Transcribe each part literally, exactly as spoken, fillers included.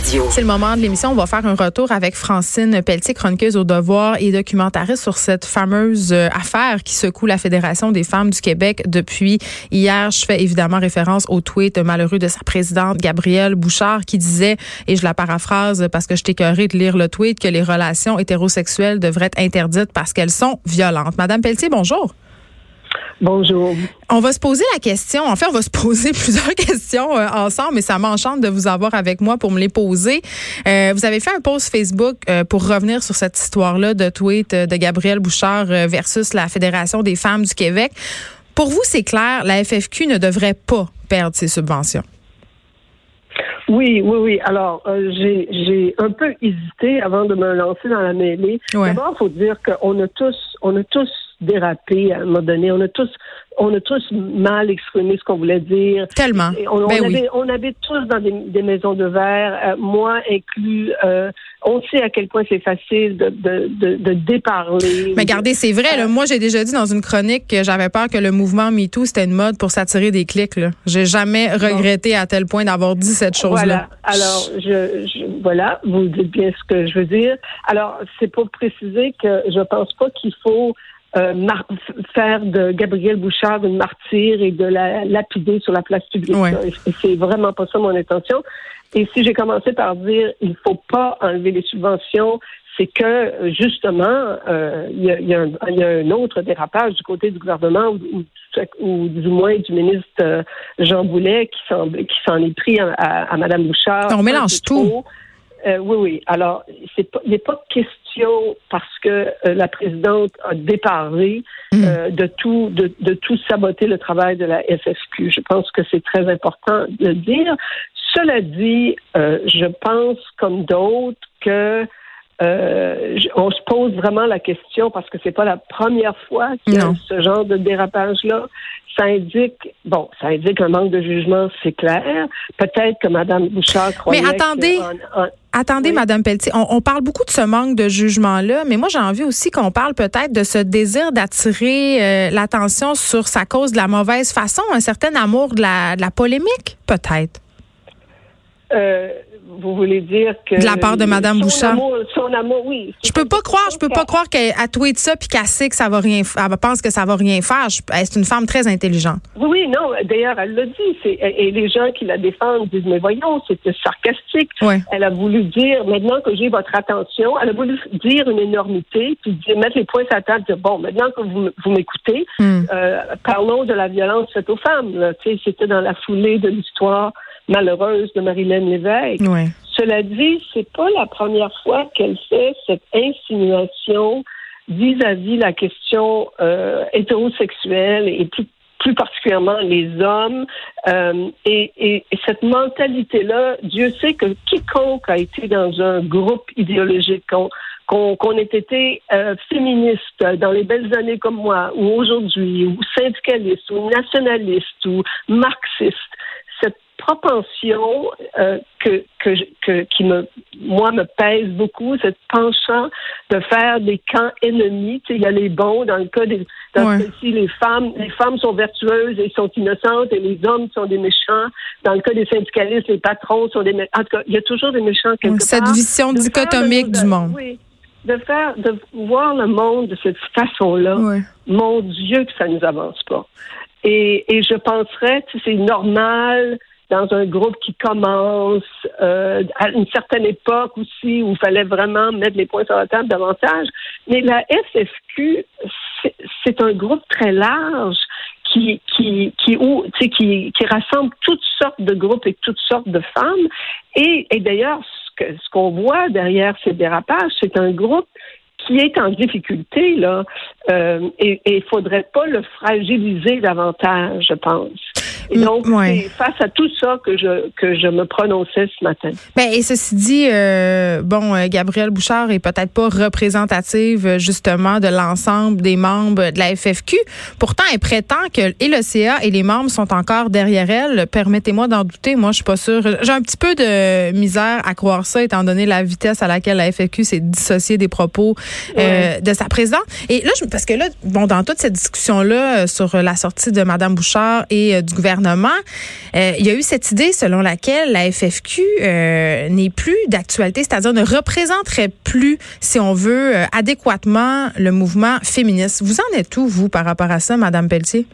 Radio. C'est le moment de l'émission. On va faire un retour avec Francine Pelletier, chroniqueuse au Devoir et documentariste sur cette fameuse affaire qui secoue la Fédération des femmes du Québec depuis hier. Je fais évidemment référence au tweet malheureux de sa présidente, Gabrielle Bouchard, qui disait, et je la paraphrase parce que je t'ai écœurée de lire le tweet, que les relations hétérosexuelles devraient être interdites parce qu'elles sont violentes. Madame Pelletier, bonjour. Bonjour. On va se poser la question, en fait, on va se poser plusieurs questions euh, ensemble, mais ça m'enchante de vous avoir avec moi pour me les poser. Euh, vous avez fait un post Facebook euh, pour revenir sur cette histoire-là de tweet euh, de Gabrielle Bouchard euh, versus la Fédération des femmes du Québec. Pour vous, c'est clair, la F F Q ne devrait pas perdre ses subventions. Oui, oui, oui. Alors, euh, j'ai, j'ai un peu hésité avant de me lancer dans la mêlée. Ouais. D'abord, il faut dire qu'on a tous, on a tous dérapé à un moment donné. On a tous, on a tous mal exprimé ce qu'on voulait dire. Tellement. Et on, ben on, oui. habite, on habite tous dans des, des maisons de verre, euh, moi inclus. Euh, on sait à quel point c'est facile de, de, de, de déparler. Mais regardez, c'est vrai. Euh, là, moi, j'ai déjà dit dans une chronique que j'avais peur que le mouvement MeToo, c'était une mode pour s'attirer des clics. Là. J'ai jamais regretté bon. à tel point d'avoir dit cette chose-là. Voilà. Alors, je, je voilà, vous dites bien ce que je veux dire. Alors, c'est pour préciser que je pense pas qu'il faut Euh, mar- faire de Gabrielle Bouchard une martyre et de la lapider sur la place publique. Ouais. Et c'est vraiment pas ça mon intention. Et si j'ai commencé par dire il faut pas enlever les subventions, c'est que justement euh, il y, a, y, a un, y a un autre dérapage du côté du gouvernement ou, ou du moins du ministre euh, Jean Boulet qui s'en, qui s'en est pris à, à, à Mme Bouchard. On mélange tout. Euh, oui, oui. Alors, c'est pas, il n'est pas question parce que euh, la présidente a déparlé mmh. euh, de tout, de, de tout saboter le travail de la F F Q. Je pense que c'est très important de le dire. Cela dit, euh, je pense comme d'autres que euh, on se pose vraiment la question parce que c'est pas la première fois qu'il y a non. ce genre de dérapage-là. Ça indique, bon, ça indique un manque de jugement, c'est clair. Peut-être que Mme Bouchard croyait mais attendez, que... En, en, attendez, oui. Mme Pelletier, on, on parle beaucoup de ce manque de jugement-là, mais moi, j'ai envie aussi qu'on parle peut-être de ce désir d'attirer euh, l'attention sur sa cause de la mauvaise façon, un certain amour de la, de la polémique, peut-être. Euh, vous voulez dire que... De la part de Mme Bouchard. Amour, son amour, oui. Je peux pas croire, je peux pas croire qu'elle tweet ça puis qu'elle sait que ça va rien, elle pense que ça va rien faire. Je, c'est une femme très intelligente. Oui, oui, non. D'ailleurs, elle l'a dit. C'est, et les gens qui la défendent disent, mais voyons, c'était sarcastique. Ouais. Elle a voulu dire, maintenant que j'ai votre attention, elle a voulu dire une énormité puis dire, mettre les points sur la table, dire, bon, maintenant que vous, vous m'écoutez, mm. euh, parlons de la violence faite aux femmes. Là. Tu sais, c'était dans la foulée de l'histoire malheureuse de Marilyn Lévesque. Ouais. Cela dit, c'est pas la première fois qu'elle fait cette insinuation vis-à-vis la question euh, hétérosexuelle et plus, plus particulièrement les hommes. Euh, et, et, et cette mentalité-là, Dieu sait que quiconque a été dans un groupe idéologique, qu'on, qu'on, qu'on ait été euh, féministe dans les belles années comme moi, ou aujourd'hui, ou syndicaliste, ou nationaliste, ou marxiste, cette propension euh, que, que, que qui me moi me pèse beaucoup, cette penchant de faire des camps ennemis. Tu sais, il y a les bons dans le cas des dans ouais. ce cas-ci, les femmes les femmes sont vertueuses et sont innocentes et les hommes sont des méchants. Dans le cas des syndicalistes, les patrons sont des méchants. En tout cas, il y a toujours des méchants quelque cette part. Cette vision de dichotomique de, du monde. Oui, de faire de voir le monde de cette façon-là. Ouais. Mon Dieu que ça nous avance pas. Et, et je penserais que c'est normal dans un groupe qui commence euh, à une certaine époque aussi où il fallait vraiment mettre les points sur la table davantage. Mais la F F Q, c'est, c'est un groupe très large qui qui qui où, tu sais, qui, qui rassemble toutes sortes de groupes et toutes sortes de femmes. Et, et d'ailleurs, ce, que, ce qu'on voit derrière ces dérapages, c'est un groupe qui est en difficulté, là, euh, et il faudrait pas le fragiliser davantage, je pense. Et donc, ouais. c'est face à tout ça que je que je me prononçais ce matin. Ben, et ceci dit, euh, bon, euh, Gabrielle Bouchard est peut-être pas représentative, justement, de l'ensemble des membres de la F F Q. Pourtant, elle prétend que et le C A et les membres sont encore derrière elle. Permettez-moi d'en douter. Moi, je suis pas sûre. J'ai un petit peu de misère à croire ça, étant donné la vitesse à laquelle la F F Q s'est dissociée des propos euh, ouais. de sa présidente. Et là, je, parce que là, bon, dans toute cette discussion-là euh, sur la sortie de Mme Bouchard et euh, du gouvernement, gouvernement. Euh, il y a eu cette idée selon laquelle la F F Q euh, n'est plus d'actualité, c'est-à-dire ne représenterait plus, si on veut, euh, adéquatement le mouvement féministe. Vous en êtes où, vous, par rapport à ça, Madame Pelletier?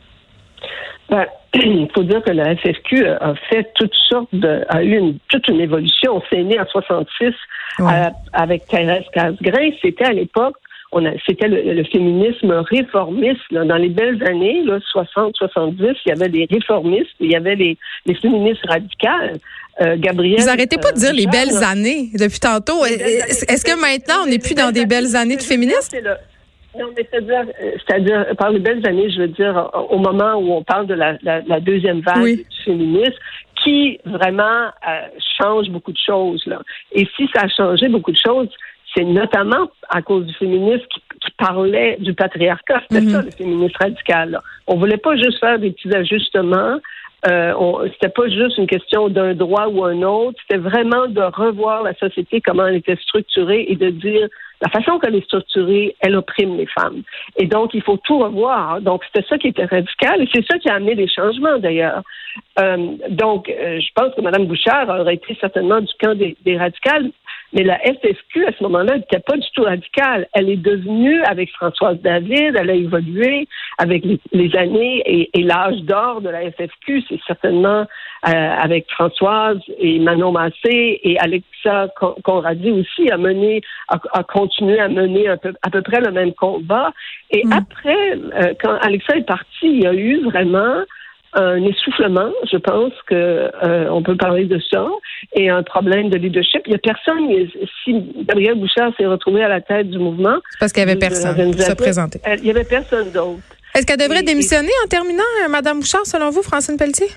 Ben, il faut dire que la F F Q a fait toutes sortes de, a eu une, toute une évolution. C'est né en soixante-six ouais. euh, avec Thérèse Casgrain. C'était à l'époque, on a, c'était le, le féminisme réformiste. Là. Dans les belles années, là, soixante soixante-dix, il y avait des réformistes, il y avait les, les féministes radicales. Euh, Gabrielle. Vous arrêtez pas de dire euh, les belles là. années depuis tantôt. Est-ce, est-ce que maintenant on n'est plus dans des belles années de féministes? Non, mais c'est-à-dire, c'est-à-dire, par les belles années, je veux dire, au moment où on parle de la, la, la deuxième vague oui. du féminisme, qui vraiment euh, change beaucoup de choses, là. Et si ça a changé beaucoup de choses, c'est notamment à cause du féminisme qui, qui parlait du patriarcat. C'était mm-hmm. ça, le féminisme radical, là. On voulait pas juste faire des petits ajustements. Euh, on, c'était pas juste une question d'un droit ou un autre. C'était vraiment de revoir la société, comment elle était structurée et de dire la façon qu'elle est structurée, elle opprime les femmes. Et donc, il faut tout revoir. Donc, c'était ça qui était radical et c'est ça qui a amené des changements, d'ailleurs. Euh, donc, euh, je pense que Mme Bouchard aurait été certainement du camp des, des radicales, mais la F F Q, à ce moment-là, n'était pas du tout radicale. Elle est devenue, avec Françoise David, elle a évolué avec les, les années et, et l'âge d'or de la F F Q. C'est certainement euh, avec Françoise et Manon Massé et Alexa Conradi aussi a mené, a, a continué à mener un peu, à peu près le même combat. Et mmh. après, euh, quand Alexa est partie, il y a eu vraiment un essoufflement, je pense que euh, on peut parler de ça, et un problème de leadership. Il y a personne, si Gabrielle Bouchard s'est retrouvée à la tête du mouvement... C'est parce qu'il y avait personne pour se présenter. Il y avait personne d'autre. Est-ce qu'elle devrait et, démissionner et, en terminant, Mme Bouchard, selon vous, Francine Pelletier?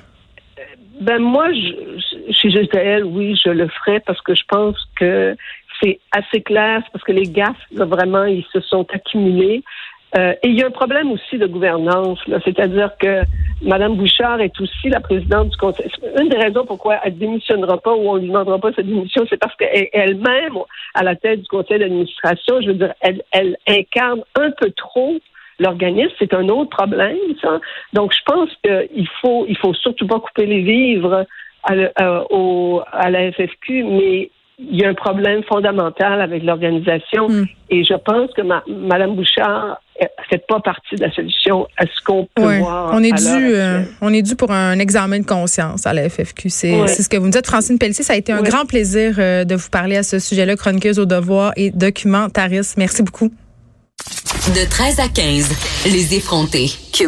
Ben moi, je, si j'étais elle, oui, je le ferais parce que je pense que c'est assez clair, c'est parce que les gaffes, là, vraiment, ils se sont accumulés. Euh, et il y a un problème aussi de gouvernance, là, c'est-à-dire que Mme Bouchard est aussi la présidente du conseil. Une des raisons pourquoi elle ne démissionnera pas ou on ne lui demandera pas sa démission, c'est parce qu'elle-même, à la tête du conseil d'administration, je veux dire, elle, elle incarne un peu trop l'organisme. C'est un autre problème, ça. Donc, je pense qu'il faut, il faut surtout pas couper les vivres à, le, à, au, à la F F Q, mais il y a un problème fondamental avec l'organisation mm. et je pense que ma, Mme Bouchard ne fait pas partie de la solution à ce qu'on peut ouais. voir. On est, dû, euh, on est dû pour un examen de conscience à la F F Q. C'est, ouais. c'est ce que vous me dites. Francine Pelletier, ça a été un ouais. grand plaisir euh, de vous parler à ce sujet-là, chroniqueuse au devoir et documentariste. Merci beaucoup. De treize à quinze, les effrontés.